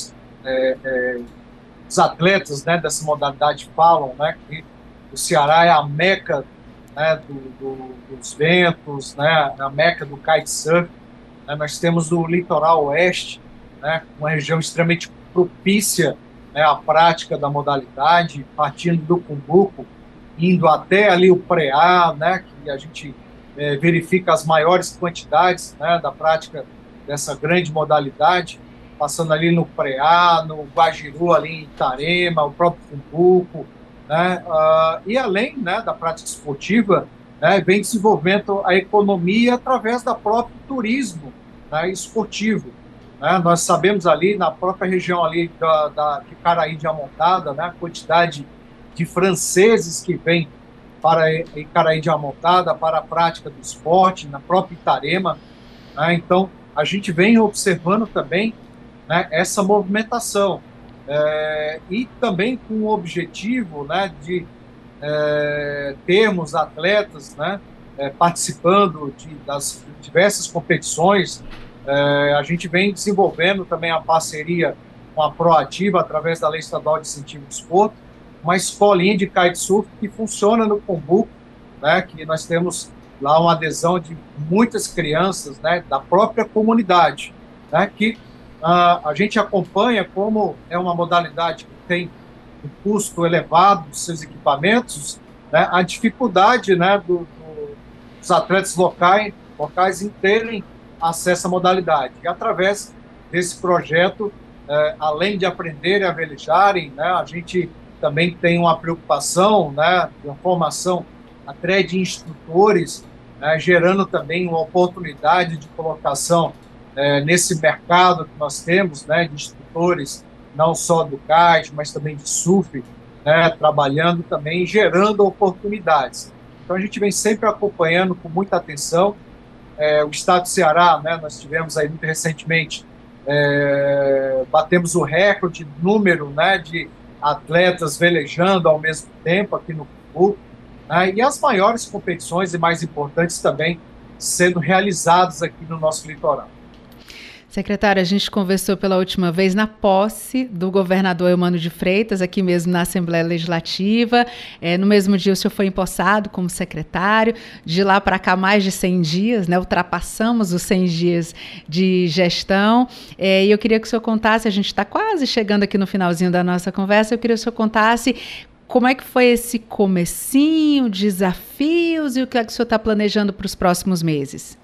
os atletas, né, dessa modalidade falam, né, que o Ceará é a meca, né, dos ventos, né, a meca do kitesurf. Né? Nós temos o litoral oeste, né, uma região extremamente propícia, né, à prática da modalidade, partindo do Cumbuco, indo até ali o Preá, né, que a gente verifica as maiores quantidades, né, da prática dessa grande modalidade, passando ali no Preá, no Guajiru, ali em Itarema, o próprio Cumbuco, né, e além, né, da prática esportiva, né, vem desenvolvendo a economia através da próprio turismo, né, esportivo. Né, nós sabemos ali, na própria região ali de Icaraí-de-Amontada, né, a quantidade de franceses que vêm para Icaraí-de-Amontada, para a prática do esporte, na própria Itarema. Né, então, a gente vem observando também, né, essa movimentação. E também com o objetivo, né, de termos atletas, né, participando das diversas competições. A gente vem desenvolvendo também a parceria com a Proativa, através da Lei Estadual de Incentivo ao Desporto, uma escolinha de kitesurf que funciona no Cumbuco, né, que nós temos lá uma adesão de muitas crianças, né, da própria comunidade, né, que a gente acompanha como é uma modalidade que tem um custo elevado dos seus equipamentos, né, a dificuldade, né, dos atletas locais em terem acesso à modalidade. E através desse projeto, além de aprenderem a velejarem, né, a gente também tem uma preocupação, né, de uma formação até de instrutores, né, gerando também uma oportunidade de colocação nesse mercado que nós temos, né, de instrutores, não só do kite, mas também de surf, né, trabalhando também, gerando oportunidades. Então a gente vem sempre acompanhando com muita atenção. O estado do Ceará, né, nós tivemos aí muito recentemente, batemos o recorde de número, né, de atletas velejando ao mesmo tempo aqui no Cumbuco, né, e as maiores competições e mais importantes também sendo realizadas aqui no nosso litoral. Secretário, a gente conversou pela última vez na posse do governador Eumano de Freitas, aqui mesmo na Assembleia Legislativa. No mesmo dia o senhor foi empossado como secretário. De lá para cá, mais de 100 dias, né? Ultrapassamos os 100 dias de gestão. E eu queria que o senhor contasse, a gente está quase chegando aqui no finalzinho da nossa conversa, eu queria que o senhor contasse como é que foi esse comecinho, desafios e o que é que o senhor está planejando para os próximos meses.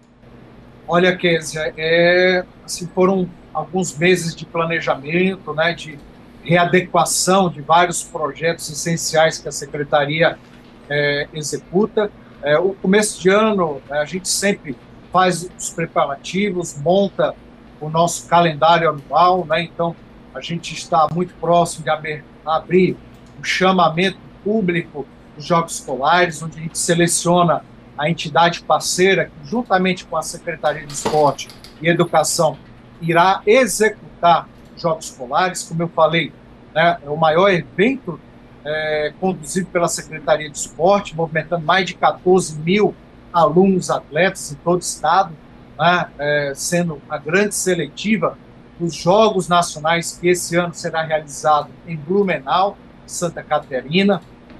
Olha, Kézia, assim, foram alguns meses de planejamento, né, de readequação de vários projetos essenciais que a Secretaria executa. O começo de ano, a gente sempre faz os preparativos, monta o nosso calendário anual, né, então a gente está muito próximo de abrir o chamamento público dos Jogos Escolares, onde a gente seleciona a entidade parceira, que juntamente com a Secretaria de Esporte e Educação irá executar Jogos Escolares. Como eu falei, né, é o maior evento conduzido pela Secretaria de Esporte, movimentando mais de 14 mil alunos atletas em todo o estado, né, sendo a grande seletiva dos Jogos Nacionais, que esse ano será realizado em Blumenau, Santa Catarina.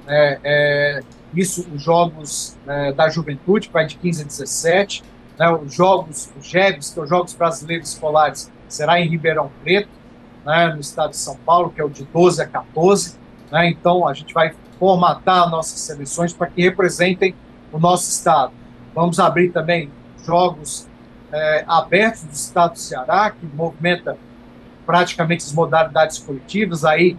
Isso, os Jogos da Juventude, que vai de 15 a 17, né, os JEBs, que é os Jogos Brasileiros Escolares, será em Ribeirão Preto, né, no estado de São Paulo, que é o de 12 a 14, né, então a gente vai formatar nossas seleções para que representem o nosso estado. Vamos abrir também Jogos abertos do estado do Ceará, que movimenta praticamente as modalidades coletivas, aí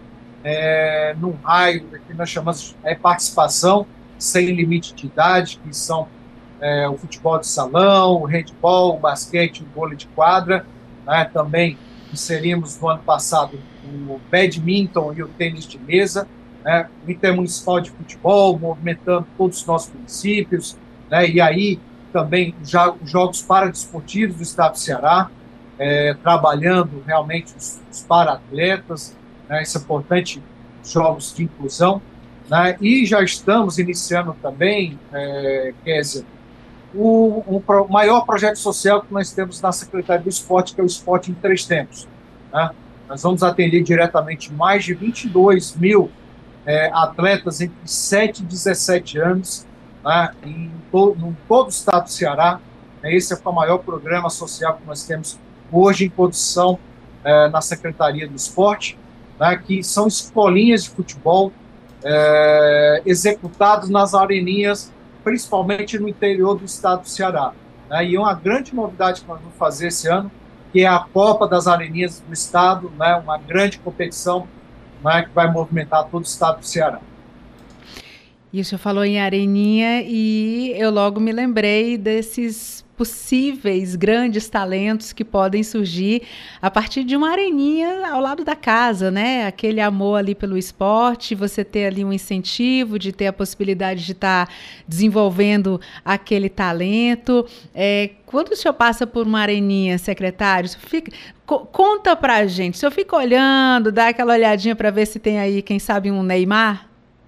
num raio que nós chamamos de participação sem limite de idade, que são o futebol de salão, o handball, o basquete, o vôlei de quadra, né? Também inserimos no ano passado o badminton e o tênis de mesa, né? O Intermunicipal de Futebol, movimentando todos os nossos municípios, né? E aí também os Jogos Paradesportivos do Estado do Ceará, trabalhando realmente os para-atletas, né? Isso é importante, jogos de inclusão, né? E já estamos iniciando também, Kézia, o maior projeto social que nós temos na Secretaria do Esporte, que é o Esporte em Três Tempos, né? Nós vamos atender diretamente mais de 22 mil atletas entre 7 e 17 anos, né, em todo o estado do Ceará. Esse é o maior programa social que nós temos hoje em condução na Secretaria do Esporte, né, que são escolinhas de futebol executadas nas areninhas, principalmente no interior do estado do Ceará, né, e uma grande novidade que nós vamos fazer esse ano, que é a Copa das Areninhas do Estado, né, uma grande competição, né, que vai movimentar todo o estado do Ceará. Isso, você falou em areninha e eu logo me lembrei desses possíveis grandes talentos que podem surgir a partir de uma areninha ao lado da casa, né? Aquele amor ali pelo esporte, você ter ali um incentivo de ter a possibilidade de estar desenvolvendo aquele talento. Quando o senhor passa por uma areninha, secretário, conta pra gente, o senhor fica olhando, dá aquela olhadinha para ver se tem aí, quem sabe, um Neymar?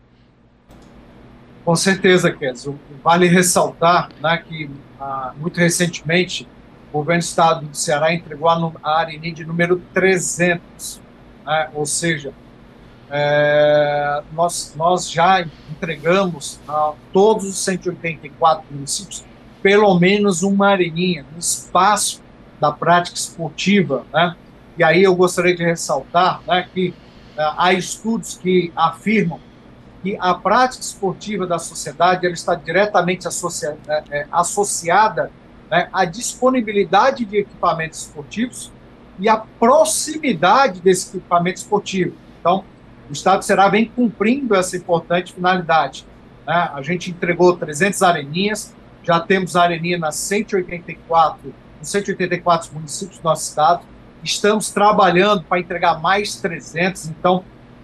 Com certeza, Kézia. Vale ressaltar, né, que muito recentemente o governo do estado do Ceará entregou a areninha de número 300, né, ou seja, nós já entregamos a todos os 184 municípios pelo menos uma areninha, um espaço da prática esportiva, né? E aí eu gostaria de ressaltar, né, que há estudos que afirmam que a prática esportiva da sociedade ela está diretamente associada, né, à disponibilidade de equipamentos esportivos e à proximidade desse equipamento esportivo. Então, o Estado do Ceará vem cumprindo essa importante finalidade, né? A gente entregou 300 areninhas, já temos a areninha nos 184 municípios do nosso estado, estamos trabalhando para entregar mais 300, então,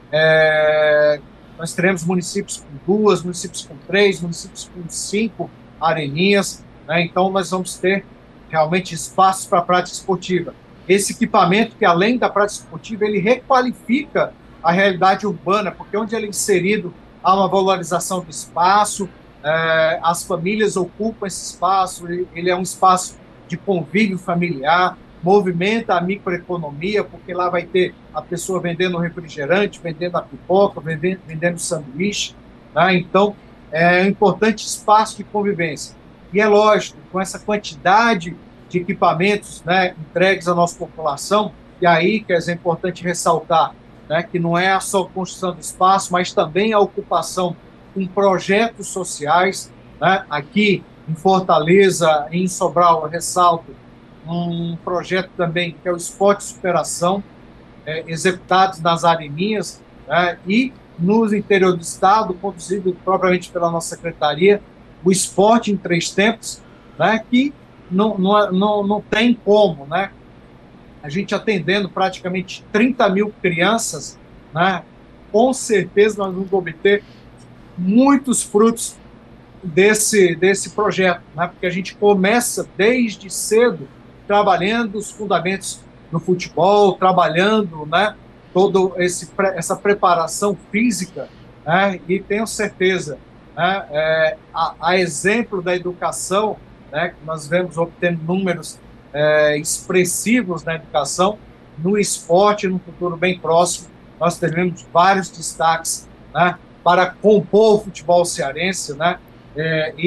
nós teremos municípios com 2, municípios com 3, municípios com 5 areninhas, né? Então nós vamos ter realmente espaços para a prática esportiva. Esse equipamento que, além da prática esportiva, ele requalifica a realidade urbana, porque onde ele é inserido há uma valorização do espaço, as famílias ocupam esse espaço, ele é um espaço de convívio familiar, movimenta a microeconomia, porque lá vai ter a pessoa vendendo refrigerante, vendendo a pipoca, vendendo sanduíche, né? Então, é um importante espaço de convivência. E é lógico, com essa quantidade de equipamentos, né, entregues à nossa população, e aí, quer dizer, é importante ressaltar, né, que não é só a construção do espaço, mas também a ocupação com projetos sociais, né? Aqui em Fortaleza, em Sobral, eu ressalto, um projeto também que é o Esporte Superação, executados nas areninhas, né, e no interior do estado, conduzido propriamente pela nossa secretaria, o Esporte em Três Tempos, né, que não tem como, né, a gente atendendo praticamente 30 mil crianças, né, com certeza nós vamos obter muitos frutos desse projeto, né, porque a gente começa desde cedo trabalhando os fundamentos no futebol, trabalhando, né, toda essa preparação física, né, e tenho certeza, né, a exemplo da educação, né, que nós vemos obtendo números expressivos na educação, no esporte, no futuro bem próximo, nós teremos vários destaques, né, para compor o futebol cearense, né, e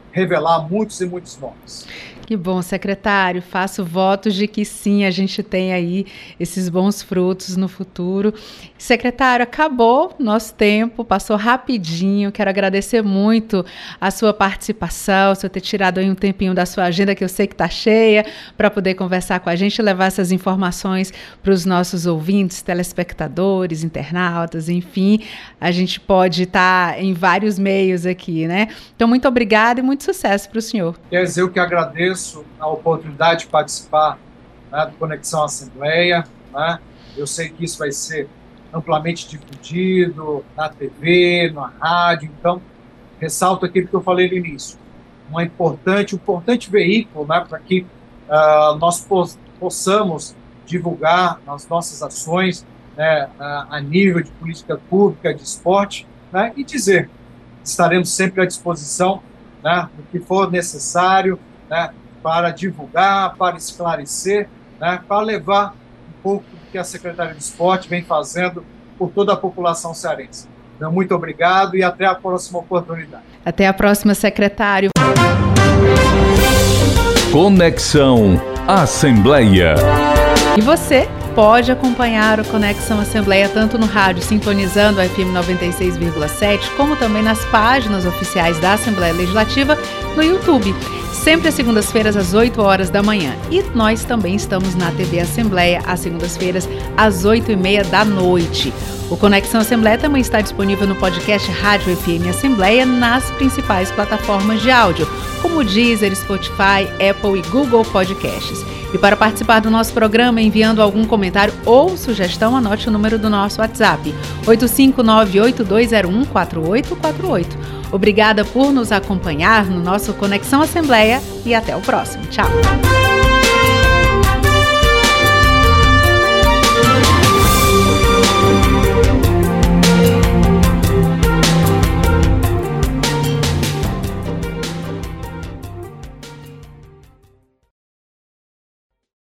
revelar muitos e muitos nomes. Que bom, secretário. Faço votos de que sim, a gente tem aí esses bons frutos no futuro. Secretário, acabou nosso tempo, passou rapidinho. Quero agradecer muito a sua participação, o senhor ter tirado aí um tempinho da sua agenda, que eu sei que está cheia, para poder conversar com a gente e levar essas informações para os nossos ouvintes, telespectadores, internautas, enfim. A gente pode estar em vários meios aqui, né? Então, muito obrigada e muito sucesso para o senhor. Quer dizer, eu que agradeço a oportunidade de participar, né, do Conexão Assembleia, né? Eu sei que isso vai ser amplamente difundido na TV, na rádio, então ressalto aquilo que eu falei no início, um importante veículo, né, para que nós possamos divulgar as nossas ações, né, a nível de política pública, de esporte, né, e dizer, estaremos sempre à disposição, né, do que for necessário, né, para divulgar, para esclarecer, né, para levar um pouco do que a Secretaria de Esporte vem fazendo por toda a população cearense. Então, muito obrigado e até a próxima oportunidade. Até a próxima, secretário. Conexão Assembleia. E você pode acompanhar o Conexão Assembleia tanto no rádio sintonizando a FM 96,7, como também nas páginas oficiais da Assembleia Legislativa no YouTube, sempre às segundas-feiras às 8 horas da manhã. E nós também estamos na TV Assembleia às segundas-feiras às 8h30 da noite. O Conexão Assembleia também está disponível no podcast Rádio FM Assembleia nas principais plataformas de áudio, como Deezer, Spotify, Apple e Google Podcasts. E para participar do nosso programa, enviando algum comentário ou sugestão, anote o número do nosso WhatsApp, 85982014848. Obrigada por nos acompanhar no nosso Conexão Assembleia e até o próximo. Tchau!